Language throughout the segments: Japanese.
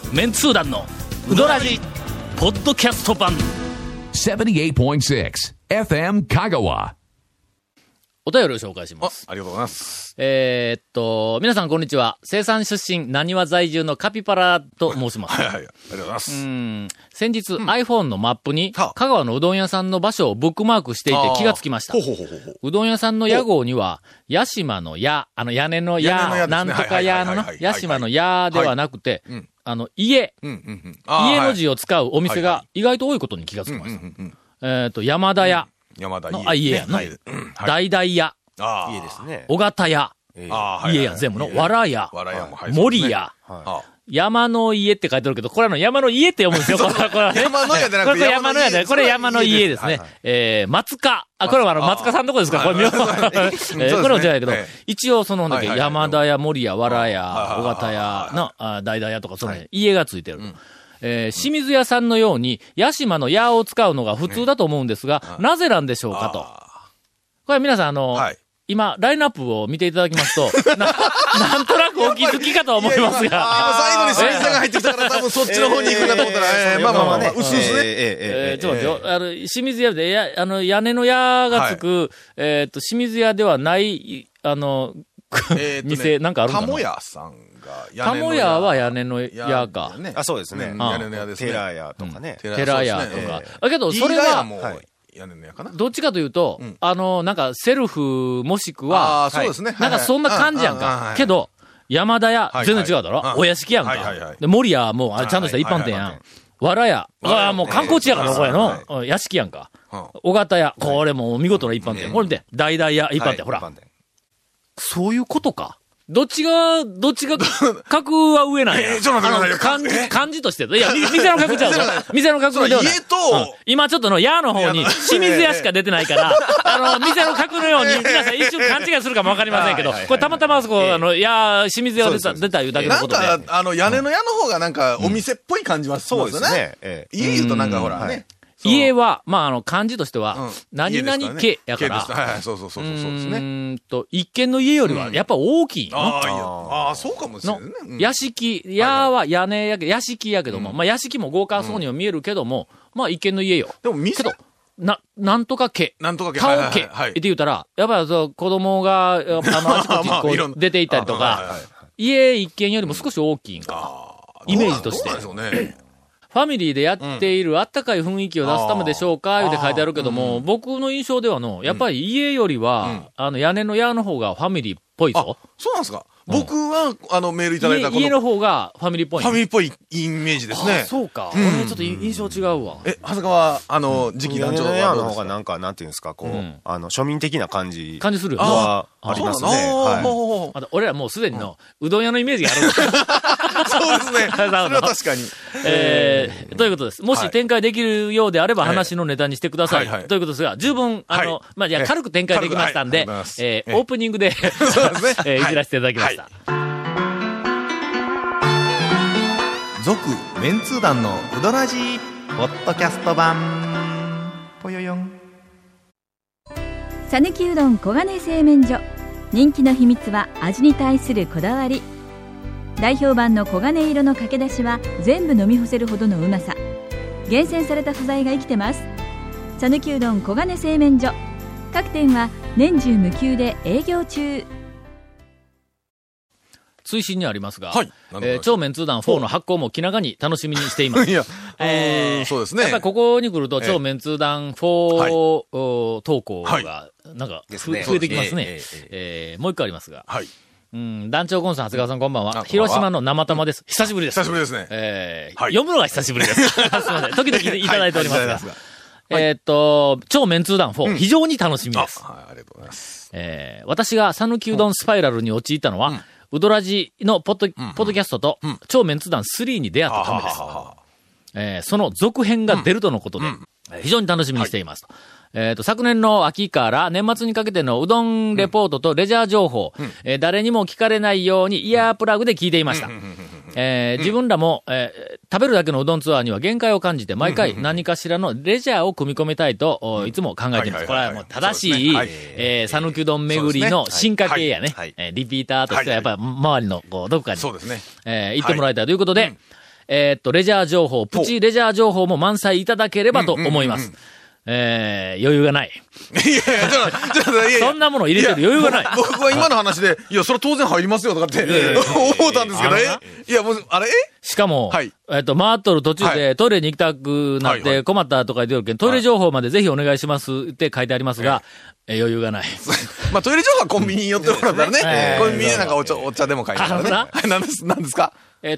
メンツー団のウドラジポッドキャスト版 78.6 FM 香川。 お便りを紹介します。 ありがとうございます。 皆さんこんにちは。生産出身、なにわ在住のカピパラと申します。 はいはい、ありがとうございます。 先日、iPhone のマップに、香川のうどん屋さんの場所をブックマークしていて気がつきました。うどん屋さんの屋号には、屋島の屋、屋根の屋、なんとか屋のな、屋島の屋ではなくて、家の字を使うお店が意外と多いことに気がつきました。山田屋の家やな。大々屋。 家ですね。 小形屋。家や全部の。わら屋。森屋。山の家って書いてあるけど、これ山の家って読むんですよ。これ山の家じゃなくて山の家で、これ山の家ですね。松香。これは松香さんのとこですかこれこれもじゃないけど、一応山田屋、森屋、わら屋、小形屋の、大々屋とか、家がついてる。清水屋さんのように、屋島の屋を使うのが普通だと思うんですが、なぜなんでしょうかと。これ皆さん今、ラインナップを見ていただきますと、なんとなくお気づきかと思いますが。 最後に清水さんが入ってきたから多分そっちの方に行くかと思ったら、まあね、薄々ね。 ちょっと待ってよ。清水屋で、屋根の屋がつく、清水屋ではない、店、なんかあるんかな。 たも屋さんが、 たも屋は屋根の屋か。 あ、そうですね。 屋根の屋ですね。 寺屋とかね。 寺屋とか。だけど、それは、どっちかというと、なんかセルフもしくは、なんかそんな感じやんか。けど、山田屋、全然違うだろお屋敷やんか。で、森屋もう、ちゃんとした一般店やん。わら屋、もう観光地やからこれの、屋敷やんか。小形屋、これもう見事な一般店。これ見て、大々屋、一般店、ほら。そういうことか。どっちが、格は上なんや。 ちょっと待ってください。 漢字として。いや、店の格じゃうぞ。店の格ではない。 家と、 今ちょっとの屋の方に、清水屋しか出てないから、店の格のように、皆さん一瞬勘違いするかもわかりませんけど、これたまたまそこ、清水屋出たいうだけのことで。 なんか、屋根の屋の方がなんか、お店っぽい感じはしますよね。家言うとなんかほらね。 家は、漢字としては、何々家やから、 そうですね。 一軒の家よりは、やっぱ大きいの。 ああ、そうかもしれないね。 屋敷、屋は屋根やけど、屋敷やけども、屋敷も豪華そうには見えるけども、一軒の家よ。 でも店けど、なんとか家。 なんとか家。 タオ家。って言うたら、やっぱり子供が、あちこちこう出ていったりとか、家一軒よりも少し大きいんか。イメージとして。ファミリーでやっているあったかい雰囲気を出すためでしょうかって書いてあるけども、僕の印象ではやっぱり家よりは、屋根の屋の方がファミリーっぽいぞ。 そうなんですか。僕は、メールいただいた家の方がファミリーっぽい。 ファミリーっぽいイメージですね。 そうか。俺ちょっと印象違うわ。 長谷川、次期団長はどうですか。屋の方がなんか、なんていうんですか、こう、庶民的な感じするよ。 はありますね。 俺らもうすでにうどん屋のイメージがある。 そうですね。それは確かに。 ということです。もし展開できるようであれば話のネタにしてください。ということですが、十分、軽く展開できましたんで、オープニングで、いじらせていただきました。 続メンツー団のウドラジーポッドキャスト版ぽよよん。 さぬきうどん黄金製麺所、人気の秘密は味に対するこだわり。代表版の黄金色のかけだしは全部飲み干せるほどのうまさ。厳選された素材が生きてます。さぬきうどん黄金製麺所、各店は年中無休で営業中。 追伸にありますが、超メンツー団4の発行も気長に楽しみにしています。 そうですね。 やっぱりここに来ると、超メンツー団4投稿が、なんか、増えてきますね。もう一個ありますが、団長コンさん、長谷川さんこんばんは。広島の生玉です。久しぶりです。 久しぶりですね。 読むのが久しぶりです。すみません。時々いただいておりますが。超メンツー団4、非常に楽しみです。 ありがとうございます。 私が讃岐うどんスパイラルに陥ったのは、うどらじのポッドキャストと、超メンツ団3に出会ったためです。その続編が出るとのことで、非常に楽しみにしています。昨年の秋から年末にかけてのうどんレポートとレジャー情報、誰にも聞かれないようにイヤープラグで聞いていました。自分らも、食べるだけのうどんツアーには限界を感じて、毎回何かしらのレジャーを組み込みたいと、いつも考えています。これはもう正しい、讃岐うどん巡りの進化系やね。リピーターとしてはやっぱり周りのどこかに、行ってもらいたいということで、 レジャー情報、プチレジャー情報も満載いただければと思います。余裕がない。 いやいや、ちょっと、いやいやそんなもの入れてる余裕がない。 僕は今の話で、いや、それ当然入りますよとかって思ったんですけど、いや、もう、あれしかも、 はい回っとる途中でトイレに行きたくなって困ったとか言ってるけん、トイレ情報までぜひお願いしますって書いてありますが、余裕がない。 まあ、トイレ情報はコンビニに寄ってもらったらね、コンビニでなんかお茶でも買いながらね。 なはい、何ですか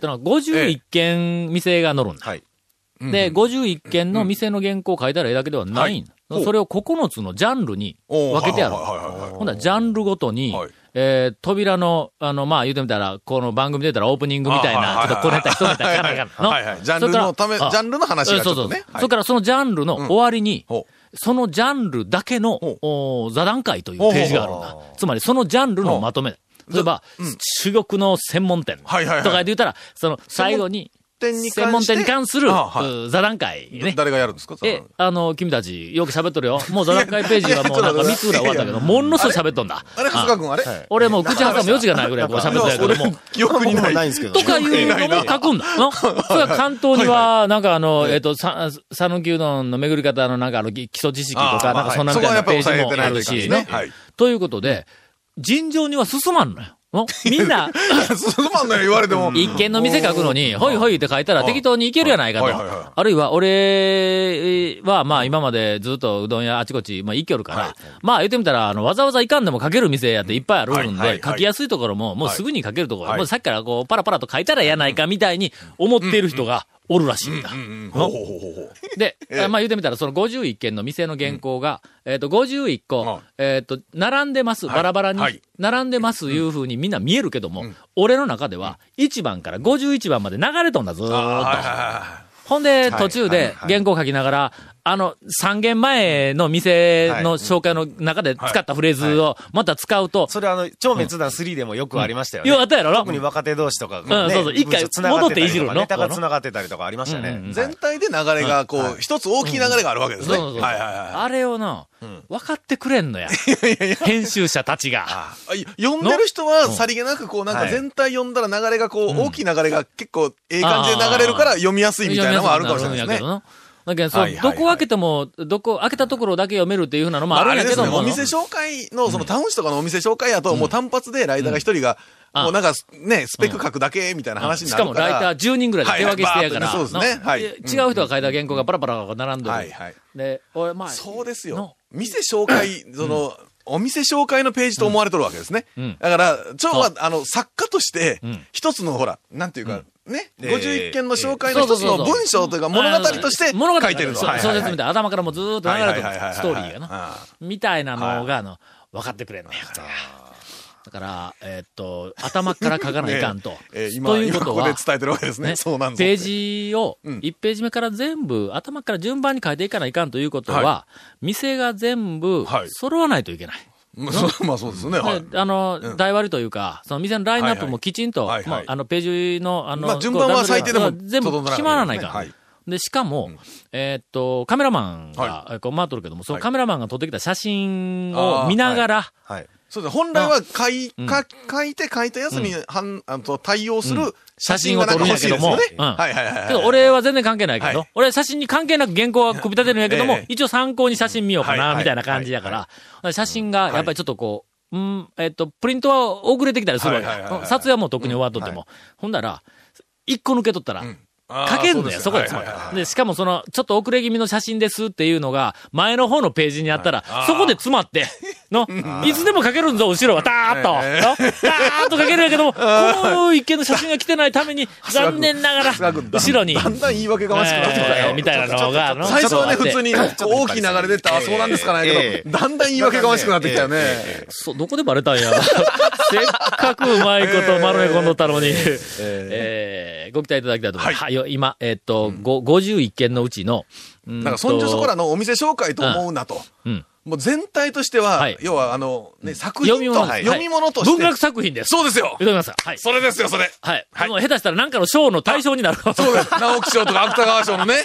51件店が載るんだ。 はい。 で、51件の店の原稿を書いたらええだけではないんだ。それを9つのジャンルに分けてある。ほんなら、ジャンルごとに、扉の、まあ、言うてみたら、この番組で言ったらオープニングみたいな、ちょっとこねた人みたいなかなの。 はいはい。ジャンルのため、ジャンルの話がちょっとね。 それからそのジャンルの終わりに、そのジャンルだけの座談会というページがあるんだ。つまりそのジャンルのまとめ。例えば、珠玉の専門店とかで言ったら、その最後に、専門店に関する座談会ね。 誰がやるんですか？ 君たちよく喋っとるよ。もう座談会ページはもうなんか3つぐらい終わったけど、ものすごい喋っとんだ。 あれ、長谷川君あれ俺もう口挟む余地がないぐらいこう喋ってたけども。 記憶にないんですけど。 とかいうのも書くんだ。それは関東には、なんか讃岐うどんの巡り方のなんか基礎知識とか、なんかそんなみたいなページもあるしね。ということで、尋常には進まんのよ。みんな、 進まんのよ言われても。 一軒の店書くのに、ほいほいって書いたら適当に行けるやないかと。あるいは、俺は、まあ今までずっとうどん屋あちこち、まあ行きよるから、まあ言ってみたら、わざわざ行かんでも書ける店やっていっぱいあるんで、書きやすいところも、もうすぐに書けるところ、もうさっきからこう、パラパラと書いたらやないかみたいに思っている人がおるらしいんだ。で、まあ言ってみたら、その51件の店の原稿が、51個、並んでます、バラバラに、並んでますいう風にみんな見えるけども、俺の中では、1番から51番まで流れとんだ、ずーっと。ほんで、途中で原稿書きながら、3軒前の店の紹介の中で使ったフレーズをまた使うと。 それ超滅談3でもよくありましたよね。 よかったやろ特に若手同士とか。 そうそう、一回戻っていじるの。 ネタが繋がってたりとかありましたね。 全体で流れが、こう、一つ大きい流れがあるわけですね。 あれをな、分かってくれんのや。編集者たちが。 読んでる人はさりげなく、こう、なんか全体読んだら流れが、こう、大きい流れが結構、ええ感じで流れるから読みやすいみたいなのもあるかもしれないですね。 だけど、どこ開けても、開けたところだけ読めるっていうふうなのもあるんやけども。 お店紹介の、そのタウン誌とかのお店紹介やと、もう単発でライダーが一人が、もうなんかね、スペック書くだけみたいな話になるから。 しかもライター10人ぐらいで手分けしてやから。 そうですね。 違う人が書いた原稿がパラパラ並んでる。で、俺、まあ。 そうですよ。店紹介、お店紹介のページと思われとるわけですね。だから、蝶は、作家として、一つのほら、なんていうか、ね、51件の紹介の一つの文章というか物語として書いてるの。 小説みたいな頭からもずーっと流れてるストーリーがな。みたいなのが、分かってくれんのやから。だから、頭から書かないかんと。 ということは、ここで伝えてるわけですね。そうなんです。 ページを、1ページ目から全部、頭から順番に書いていかないかんということは、店が全部、揃わないといけない。 まあそうですね。 台割りというか、その店のラインナップもきちんと、ページの、 順番は最低でも全部決まらないかん。で、しかも、カメラマンが、こう回っとるけども、そのカメラマンが撮ってきた写真を見ながら、 そうです。本来は書いたやつに対応する写真を撮るんやけども。 けど俺は全然関係ないけど、俺写真に関係なく原稿は組み立てるんやけども、一応参考に写真見ようかな、みたいな感じやから、写真がやっぱりちょっとこう、プリントは遅れてきたりするわけ。撮影はもう特に終わっとっても。ほんだら、一個抜けとったら、書けんのよ、そこで。で、しかもその、ちょっと遅れ気味の写真ですっていうのが、前の方のページにあったら、そこで詰まって、いつでも書けるんぞ、後ろは、ダーッと。ダーッと書けるんやけども、この一件の写真が来てないために、残念ながら、後ろに。 だんだん言い訳がましくなってきたよ。 みたいなのが、 最初はね、普通に大きい流れでったら、そうなんですかね、けど、だんだん言い訳がましくなってきたよね。 どこでバレたんや。せっかくうまいこと丸め込んどったのに。ご期待いただきたいと思います。今、51件のうちの、 なんか、そんじょそこらのお店紹介と思うなと。もう全体としては、要は作品と、読み物として。 文学作品です。 そうですよ。 言ってください。はい。 それですよ、それ。 はい。もう下手したらなんかの賞の対象になるかも。 そうです。直木賞とか芥川賞のね。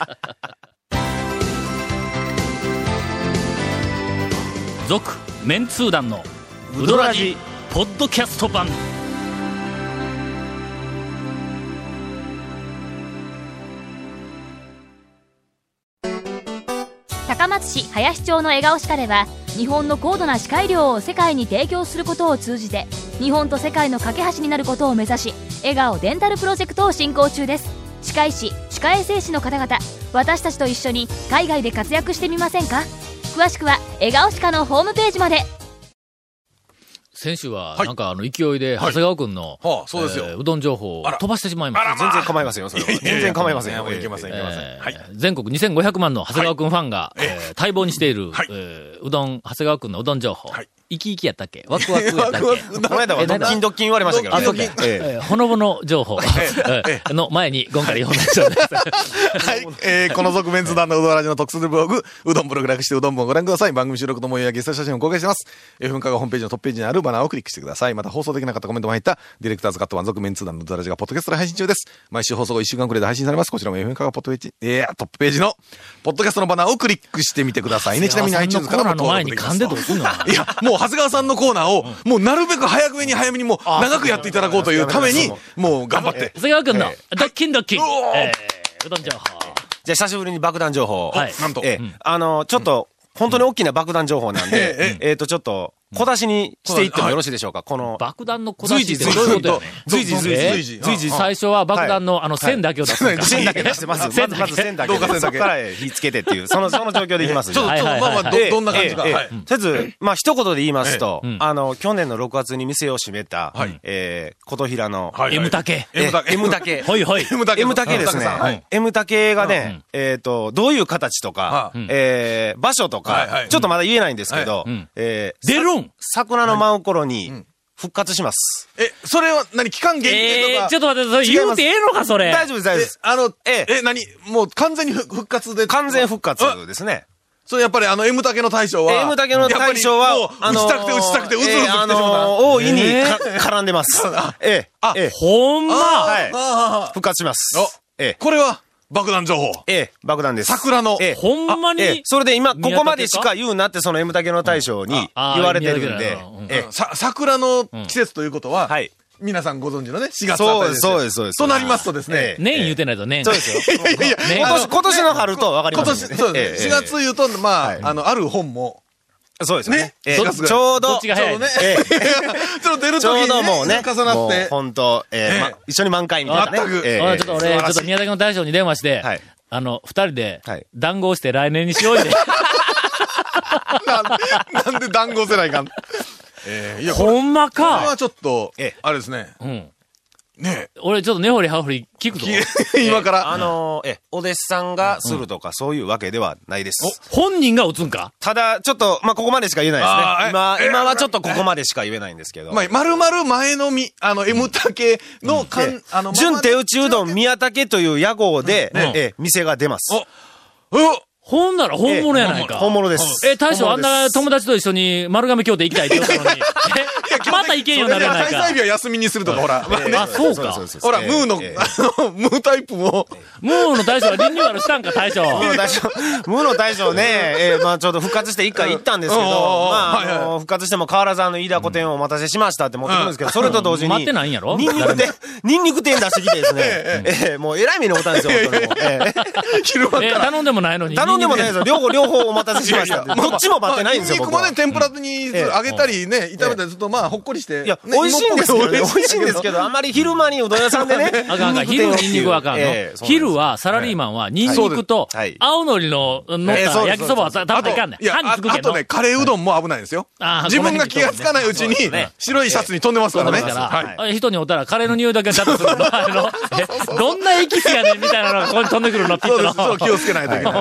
続、メンツー団の、ウドラジ、ポッドキャスト版。 高松市林町の笑顔歯科では、日本の高度な歯科医療を世界に提供することを通じて、日本と世界の架け橋になることを目指し、笑顔デンタルプロジェクトを進行中です。歯科医師、歯科衛生士の方々、私たちと一緒に海外で活躍してみませんか。詳しくは笑顔歯科のホームページまで。 先週は、なんか勢いで、長谷川くんの、 そうですよ。 うどん情報を飛ばしてしまいました。 全然構いませんよ、それは。全然構いませんよ。 いけません、いけません。はい。 全国2500万の長谷川くんファンが、待望にしている、うどん、長谷川くんのうどん情報。生き生きやったっけワクワクやったっけこの間はドッキンドッキン言われましたけど。 あ、そうか。ほのぼの情報の前に、今回読んだ人です。 はい。この続メンツ団のうどんラジの特設ブログ、うどんブログ略してうどん本をご覧ください。番組収録の模様やゲスト写真を公開しています。FM 香川ホームページのトップページにあるバナーをクリックしてください。また放送できなかったコメントも入った、ディレクターズカット版続メンツ団のうどんラジがポッドキャストで配信中です。毎週放送後1週間くらいで配信されます。こちらも FM 香川トップページの、ポッドキャストのバナーをクリックしてみてくださいね。ちなみに iTunes からも登録できます。 コーナーの前に噛んでどうすんのいや、もう長谷川さんのコーナーを、もうなるべく早めにもう長くやっていただこうというために、もう頑張って。 長谷川くんの、ドッキンドッキン。うどん情報。 じゃあ久しぶりに爆弾情報。 はい。 なんと。 ちょっと、本当に大きな爆弾情報なんで、ちょっと、小出しにしていってもよろしいでしょうか、この。 爆弾の小出しってどういうことやね随時。 最初は爆弾の線だけを出す。 線だけ出してます。まず線だけ。そこから火つけてっていう、その状況でいきます。 ちょっと、まあどんな感じか。 とりあえず、まあ一言で言いますと、去年の6月に店を閉めた、琴平の、 M 竹。 M 竹。 はいはい。 M 竹ですね。M 竹がね、どういう形とか、場所とか、ちょっとまだ言えないんですけど、 出るん桜の舞う頃に復活します。 それは期間限定とか。 ちょっと待って、それ言うてええのか、それ。 大丈夫です、大丈夫です。 もう完全に復活で。 完全復活ですね。 それやっぱりM 竹の大将は。 M 竹の大将は、 打ちたくてうつうつしてしまった。 大いに絡んでます。 ほんまはい。復活します。 これは爆弾情報。 爆弾です。 桜の。 ほんまにそれで今、ここまでしか言うなって、その M 竹の大将に言われてるんで。 桜の季節ということは、皆さんご存知のね、4月あたりです。 そうです。 となりますとですね。 年言うてないと年。 そうですよ。今年の春と分かります。 そうですね。4月言うと、まあ、ある本も。 そうですね。 ちょうど。 どっちが早いね。 ちょっと出るときに重なって。 本当一緒に満開みたいなね。 ちょっと宮崎の大将に電話して、二人で談合して来年にしようで。 なんで談合せないかん。 ほんまか。 これはちょっと、あれですね。ね俺ちょっと根掘り葉掘り聞くぞ。 今から。 お弟子さんがするとかそういうわけではないです。 本人が打つんかただ、ちょっと、まあ、ここまでしか言えないですね。今はちょっとここまでしか言えないんですけど。 まるまる前のM 竹の純手打ちうどん宮武という屋号で、店が出ます。 ほんなら本物やないか。 本物です。 大将あんな友達と一緒に丸亀京都行きたいって言ったのに。また行けんようになるやないか。 開催日は休みにするとか、ほら。 あ、そうか。 ほら、ムータイプも。 ムーの大将はリニューアルしたんか、大将。 ムーの大将ね、まあちょっと復活して一回行ったんですけど、まあ復活しても変わらず飯田古典をお待たせしましたって持ってくるんですけど、それと同時に。 待ってないんやろニンニク店出してきてですね、もうえらい目におったんですよ、 昼間から。 頼んでもないのに。 頼んでもないですよ。両方お待たせしました。どっちも待ってないんですよ、僕は。 ニンニクもね、天ぷらに揚げたりね、炒めたりすると、まあ、ほっこりして。 いや、美味しいんですけど、あんまり昼間にうどん屋さんでね。 あかん。昼ニンニクはあかんの。昼はサラリーマンはニンニクと青のりの乗った焼きそばは食べたらいかんねん。 あとね、カレーうどんも危ないんですよ。自分が気がつかないうちに、白いシャツに飛んでますからね。 人におったらカレーの匂いだけちゃんとするの。どんなエキスやねんみたいなのがここに飛んでくるのって言ったの。気をつけないといけない。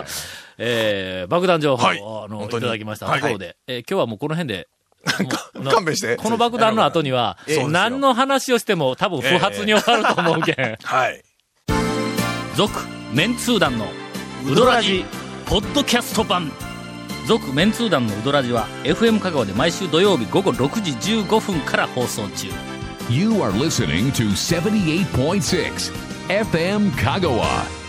爆弾情報をいただきましたところで、今日はもうこの辺で、 勘弁して。 この爆弾の後には、何の話をしても多分不発に終わると思うけん。 はい。 続、メンツー団のウドラジ、ポッドキャスト版。続、メンツー団のウドラジは、FM 香川で毎週土曜日午後6時15分から放送中。 You are listening to 78.6 FM 香川。